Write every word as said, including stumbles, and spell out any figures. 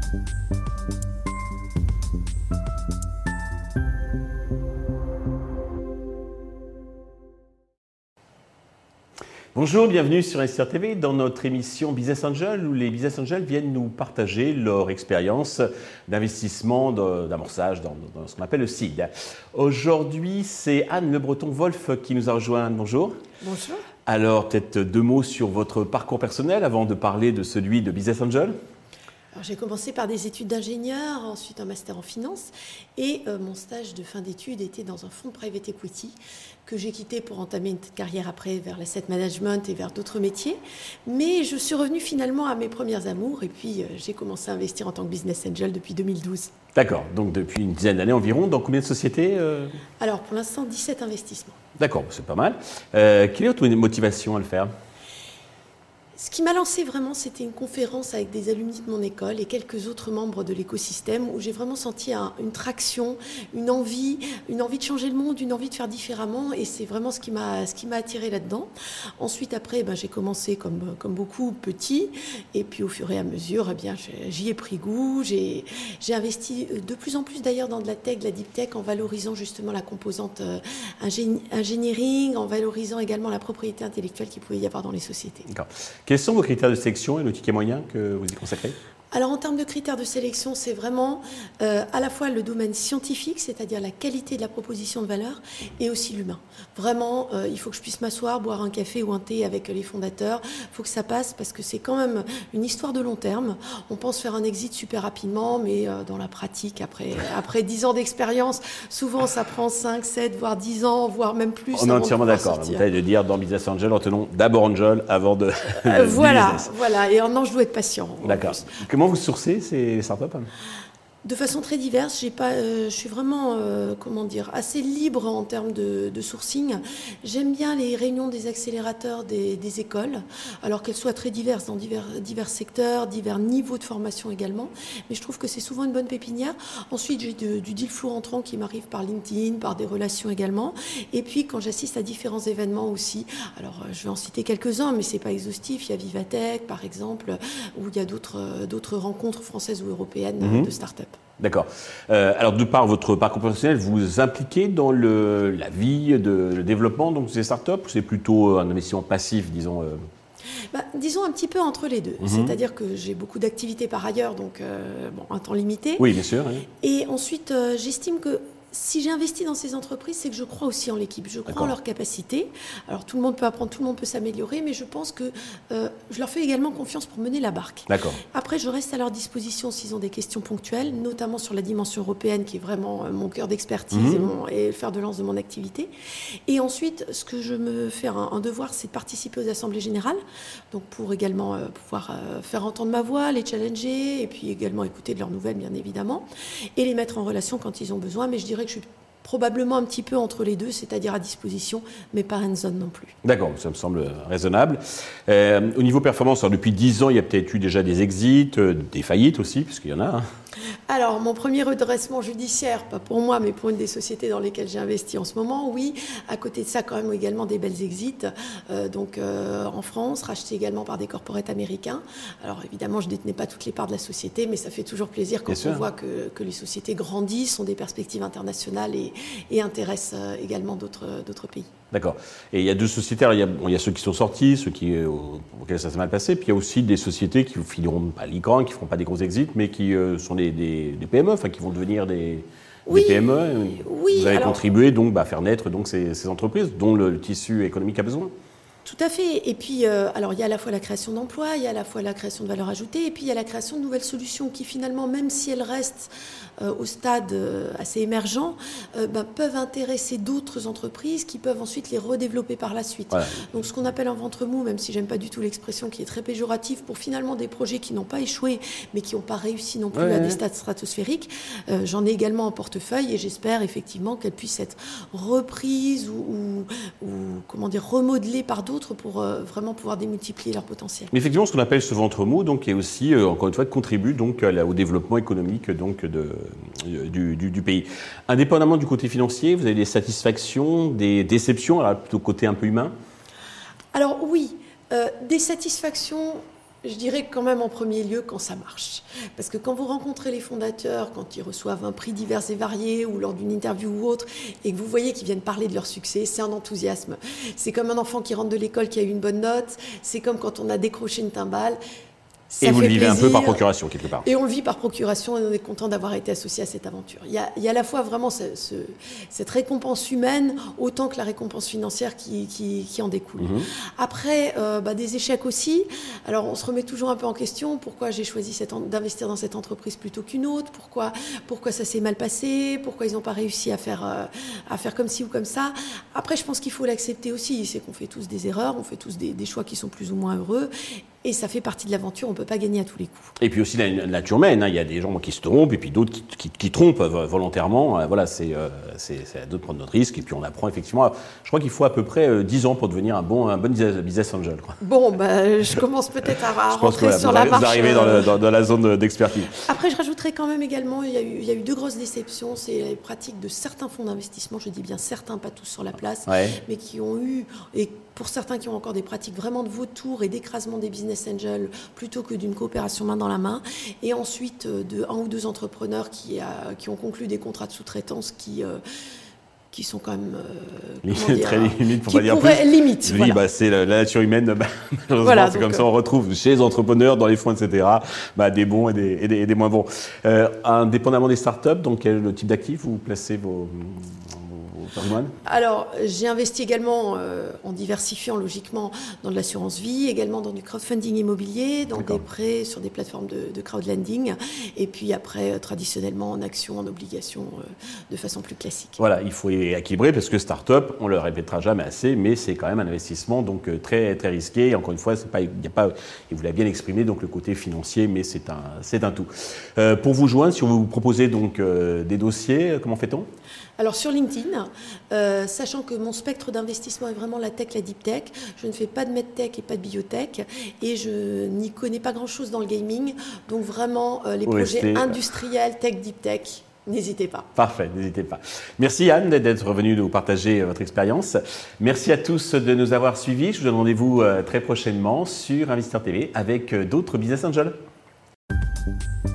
Bonjour, bienvenue sur Investisseur T V dans notre émission Business Angel où les Business Angels viennent nous partager leur expérience d'investissement, d'amorçage dans, dans ce qu'on appelle le seed. Aujourd'hui, c'est Anne Le Breton-Wolf qui nous a rejoint. Anne, bonjour. Bonjour. Alors, peut-être deux mots sur votre parcours personnel avant de parler de celui de Business Angel. Alors, j'ai commencé par des études d'ingénieur, ensuite un master en finance et euh, mon stage de fin d'études était dans un fonds de private equity que j'ai quitté pour entamer une carrière après vers l'asset management et vers d'autres métiers. Mais je suis revenue finalement à mes premières amours et puis euh, j'ai commencé à investir en tant que business angel depuis deux mille douze. D'accord, donc depuis une dizaine d'années environ, dans combien de sociétés euh... Alors pour l'instant, dix-sept investissements. D'accord, c'est pas mal. Euh, quelle est votre motivation à le faire ? Ce qui m'a lancé vraiment, c'était une conférence avec des alumni de mon école et quelques autres membres de l'écosystème où j'ai vraiment senti un, une traction, une envie, une envie de changer le monde, une envie de faire différemment et c'est vraiment ce qui m'a, ce qui m'a attiré là-dedans. Ensuite, après, ben, j'ai commencé comme, comme beaucoup petit et puis au fur et à mesure, eh bien, j'y ai pris goût. J'ai, j'ai investi de plus en plus d'ailleurs dans de la tech, de la deep tech en valorisant justement la composante euh, ingé- engineering, en valorisant également la propriété intellectuelle qu'il pouvait y avoir dans les sociétés. D'accord. Quels sont vos critères de sélection et le ticket moyen que vous y consacrez ? Alors en termes de critères de sélection, c'est vraiment euh, à la fois le domaine scientifique, c'est-à-dire la qualité de la proposition de valeur, et aussi l'humain. Vraiment, euh, il faut que je puisse m'asseoir, boire un café ou un thé avec les fondateurs. Il faut que ça passe parce que c'est quand même une histoire de long terme. On pense faire un exit super rapidement, mais euh, dans la pratique, après, après dix ans d'expérience, souvent ça prend cinq, sept, voire dix ans, voire même plus. On est entièrement d'accord. Vous avez de dire dans Business Angel, retenons d'abord Angel avant de... Euh, voilà, voilà. Et non, je dois être patient. D'accord. Comment vous sourcez ces startups ? De façon très diverse, j'ai pas, euh, je suis vraiment, euh, comment dire, assez libre en termes de, de sourcing. J'aime bien les réunions des accélérateurs des, des écoles, alors qu'elles soient très diverses dans divers, divers secteurs, divers niveaux de formation également. Mais je trouve que c'est souvent une bonne pépinière. Ensuite, j'ai de, du deal flow entrant qui m'arrive par LinkedIn, par des relations également. Et puis, quand j'assiste à différents événements aussi, alors je vais en citer quelques-uns, mais c'est pas exhaustif. Il y a Vivatech, par exemple, où il y a d'autres, d'autres rencontres françaises ou européennes mm-hmm. de start-up. D'accord. Euh, alors, de par votre parcours professionnel, vous vous impliquez dans le, la vie, de, le développement donc, de ces startups ou c'est plutôt un investissement passif, disons euh... bah, disons un petit peu entre les deux. Mm-hmm. C'est-à-dire que j'ai beaucoup d'activités par ailleurs, donc euh, bon, un temps limité. Oui, bien sûr. Oui. Et ensuite, euh, j'estime que si j'ai investi dans ces entreprises, c'est que je crois aussi en l'équipe. Je crois D'accord. en leur capacité. Alors, tout le monde peut apprendre, tout le monde peut s'améliorer, mais je pense que euh, je leur fais également confiance pour mener la barque. D'accord. Après, je reste à leur disposition s'ils ont des questions ponctuelles, notamment sur la dimension européenne, qui est vraiment euh, mon cœur d'expertise mmh. et, mon, et le fer de lance de mon activité. Et ensuite, ce que je me fais un, un devoir, c'est de participer aux assemblées générales, donc pour également euh, pouvoir euh, faire entendre ma voix, les challenger, et puis également écouter de leurs nouvelles, bien évidemment, et les mettre en relation quand ils ont besoin. Mais je dirais que je suis probablement un petit peu entre les deux, c'est-à-dire à disposition, mais pas hands-on non plus. D'accord, ça me semble raisonnable. Euh, au niveau performance, alors depuis dix ans, il y a peut-être eu déjà des exits, euh, des faillites aussi, puisqu'il y en a. Hein. Alors, mon premier redressement judiciaire, pas pour moi, mais pour une des sociétés dans lesquelles j'ai investi en ce moment, oui. À côté de ça, quand même également des belles exits. Euh, donc, euh, en France, rachetés également par des corporates américains. Alors, évidemment, je ne détenais pas toutes les parts de la société, mais ça fait toujours plaisir quand Bien on sûr. voit que, que les sociétés grandissent, ont des perspectives internationales et, et intéressent également d'autres, d'autres pays. D'accord. Et il y a deux sociétés, alors il, y a, bon, il y a ceux qui sont sortis, ceux qui, euh, auxquels ça s'est mal passé, puis il y a aussi des sociétés qui ne finiront pas licorne, qui ne feront pas des gros exits, mais qui euh, sont des, des, des P M E, enfin qui vont devenir des, oui, des P M E. Oui, Vous avez alors, contribué donc à bah, faire naître donc, ces, ces entreprises dont le, le tissu économique a besoin. Tout à fait. Et puis, euh, alors il y a à la fois la création d'emplois, il y a à la fois la création de valeur ajoutée, et puis il y a la création de nouvelles solutions qui finalement, même si elles restent euh, au stade euh, assez émergent, euh, ben, peuvent intéresser d'autres entreprises qui peuvent ensuite les redévelopper par la suite. Voilà. Donc ce qu'on appelle un ventre mou, même si j'aime pas du tout l'expression qui est très péjorative, pour finalement des projets qui n'ont pas échoué, mais qui n'ont pas réussi non plus ouais, à ouais. des stades stratosphériques, euh, j'en ai également en portefeuille et j'espère effectivement qu'elles puissent être reprises ou, ou, ou comment dire, remodelées par d'autres pour euh, vraiment pouvoir démultiplier leur potentiel. Mais effectivement, ce qu'on appelle ce ventre mou, donc, est aussi, euh, encore une fois, contribue donc, à la, au développement économique donc, de, du, du, du pays. Indépendamment du côté financier, vous avez des satisfactions, des déceptions, alors plutôt côté un peu humain ? Alors oui, euh, des satisfactions Je dirais quand même en premier lieu quand ça marche. Parce que quand vous rencontrez les fondateurs, quand ils reçoivent un prix divers et varié ou lors d'une interview ou autre, et que vous voyez qu'ils viennent parler de leur succès, c'est un enthousiasme. C'est comme un enfant qui rentre de l'école qui a eu une bonne note, c'est comme quand on a décroché une timbale. Ça et vous le vivez plaisir. un peu par procuration, quelque part. Et on le vit par procuration et on est content d'avoir été associé à cette aventure. Il y a, il y a à la fois vraiment ce, ce, cette récompense humaine, autant que la récompense financière qui, qui, qui en découle. Mmh. Après, euh, bah, des échecs aussi. Alors, on se remet toujours un peu en question. Pourquoi j'ai choisi cette, d'investir dans cette entreprise plutôt qu'une autre? Pourquoi, pourquoi ça s'est mal passé? Pourquoi ils n'ont pas réussi à faire, euh, à faire comme ci ou comme ça? Après, je pense qu'il faut l'accepter aussi. C'est qu'on fait tous des erreurs, on fait tous des, des choix qui sont plus ou moins heureux. Et ça fait partie de l'aventure, on ne peut pas gagner à tous les coups. Et puis aussi la nature humaine, hein. Il y a des gens qui se trompent et puis d'autres qui, qui, qui trompent volontairement. Voilà, c'est, euh, c'est, c'est à deux de prendre notre risque et puis on apprend effectivement. Je crois qu'il faut à peu près euh, dix ans pour devenir un bon, un bon business angel. Quoi. Bon, bah, je commence peut-être à, à je pense rentrer que, sur vous la arrivez, marche. Vous arrivez dans, le, dans, dans la zone d'expertise. Après, je rajouterais quand même également, il y a eu, il y a eu deux grosses déceptions. C'est les pratiques de certains fonds d'investissement, je dis bien certains, pas tous sur la place, ouais. mais qui ont eu, et pour certains qui ont encore des pratiques vraiment de vautour et d'écrasement des business angels, plutôt que d'une coopération main dans la main, et ensuite de un ou deux entrepreneurs qui, a, qui ont conclu des contrats de sous-traitance qui, euh, qui sont quand même euh, dire, très limites, pour pas dire pourraient, plus. Limite, oui, voilà. bah, c'est la, la nature humaine. Bah, voilà, c'est donc, comme euh... ça on retrouve chez les entrepreneurs, dans les fonds, et cetera. Bah, des bons et des, et des, et des moins bons. Euh, indépendamment des startups, donc quel est le type d'actifs vous placez vos Alors, j'ai investi également euh, en diversifiant logiquement dans de l'assurance vie, également dans du crowdfunding immobilier, dans D'accord. des prêts sur des plateformes de, de crowdlending, et puis après, euh, traditionnellement, en actions, en obligations, euh, de façon plus classique. Voilà, il faut équilibrer parce que start-up, on ne le répétera jamais assez, mais c'est quand même un investissement donc euh, très, très risqué. Et encore une fois, c'est pas, il n'y a pas, et vous l'avez bien exprimé, donc le côté financier, mais c'est un, c'est un tout. Euh, pour vous joindre, si on vous proposez donc euh, des dossiers, comment fait-on ? Alors sur LinkedIn, euh, sachant que mon spectre d'investissement est vraiment la tech, la deep tech, je ne fais pas de medtech et pas de biotech et je n'y connais pas grand-chose dans le gaming. Donc vraiment, euh, les Vous projets restez... industriels, tech, deep tech, n'hésitez pas. Parfait, n'hésitez pas. Merci Anne d'être venue nous partager votre expérience. Merci à tous de nous avoir suivis. Je vous donne rendez-vous très prochainement sur Investisseur T V avec d'autres Business Angels.